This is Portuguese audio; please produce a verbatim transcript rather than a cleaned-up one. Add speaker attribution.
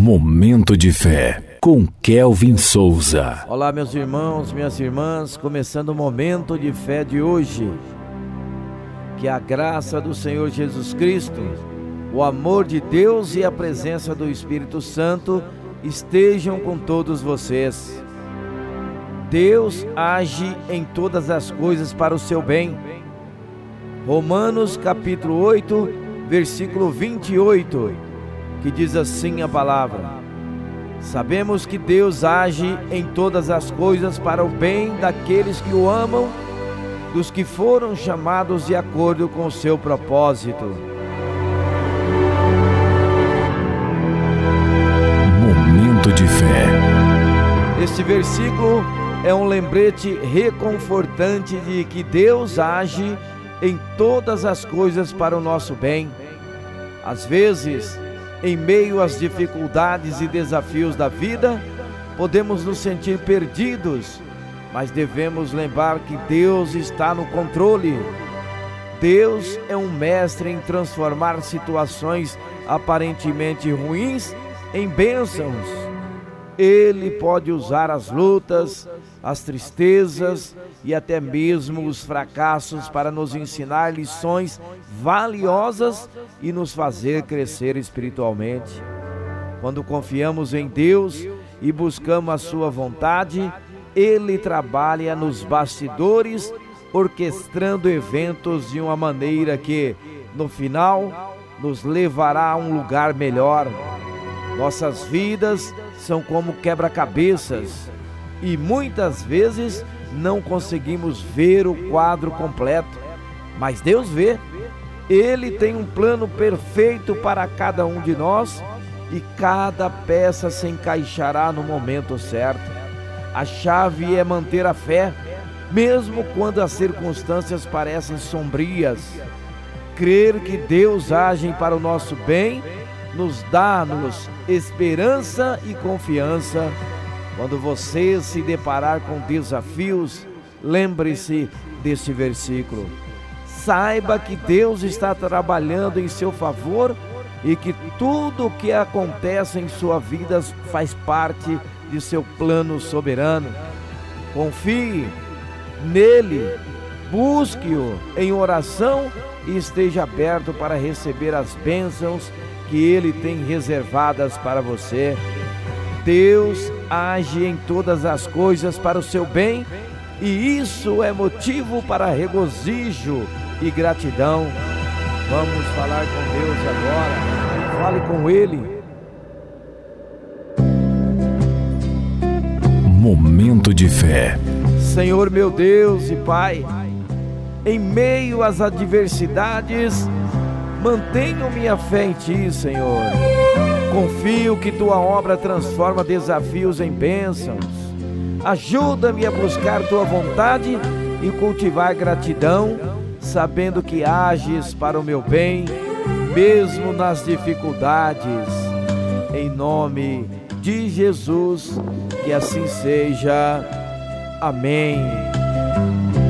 Speaker 1: Momento de Fé, com Kelvin Souza.
Speaker 2: Olá, meus irmãos, minhas irmãs, começando o Momento de Fé de hoje. Que a graça do Senhor Jesus Cristo, o amor de Deus e a presença do Espírito Santo estejam com todos vocês. Deus age em todas as coisas para o seu bem. Romanos capítulo oito, versículo vinte e oito, que diz assim a palavra: sabemos que Deus age em todas as coisas para o bem daqueles que o amam, dos que foram chamados de acordo com o seu propósito.
Speaker 1: Momento de Fé.
Speaker 2: Este versículo é um lembrete reconfortante de que Deus age em todas as coisas para o nosso bem. Às vezes, em meio às dificuldades e desafios da vida, podemos nos sentir perdidos, mas devemos lembrar que Deus está no controle. Deus é um mestre em transformar situações aparentemente ruins em bênçãos. Ele pode usar as lutas, as tristezas e até mesmo os fracassos para nos ensinar lições valiosas e nos fazer crescer espiritualmente. Quando confiamos em Deus e buscamos a sua vontade, Ele trabalha nos bastidores, orquestrando eventos de uma maneira que, no final, nos levará a um lugar melhor. Nossas vidas são como quebra-cabeças e muitas vezes não conseguimos ver o quadro completo, mas Deus vê. Ele tem um plano perfeito para cada um de nós e cada peça se encaixará no momento certo. A chave é manter a fé, mesmo quando as circunstâncias parecem sombrias. Crer que Deus age para o nosso bem nos dá-nos esperança e confiança. Quando você se deparar com desafios, lembre-se deste versículo. Saiba que Deus está trabalhando em seu favor e que tudo o que acontece em sua vida faz parte de seu plano soberano. Confie nele, busque-o em oração e esteja aberto para receber as bênçãos que Ele tem reservadas para você. Deus age em todas as coisas para o seu bem e isso é motivo para regozijo e gratidão. Vamos falar com Deus agora. Fale com Ele.
Speaker 1: Momento de Fé.
Speaker 2: Senhor meu Deus e Pai, em meio às adversidades, mantenho minha fé em Ti, Senhor. Confio que Tua obra transforma desafios em bênçãos. Ajuda-me a buscar Tua vontade e cultivar gratidão, sabendo que ages para o meu bem, mesmo nas dificuldades. Em nome de Jesus, que assim seja. Amém.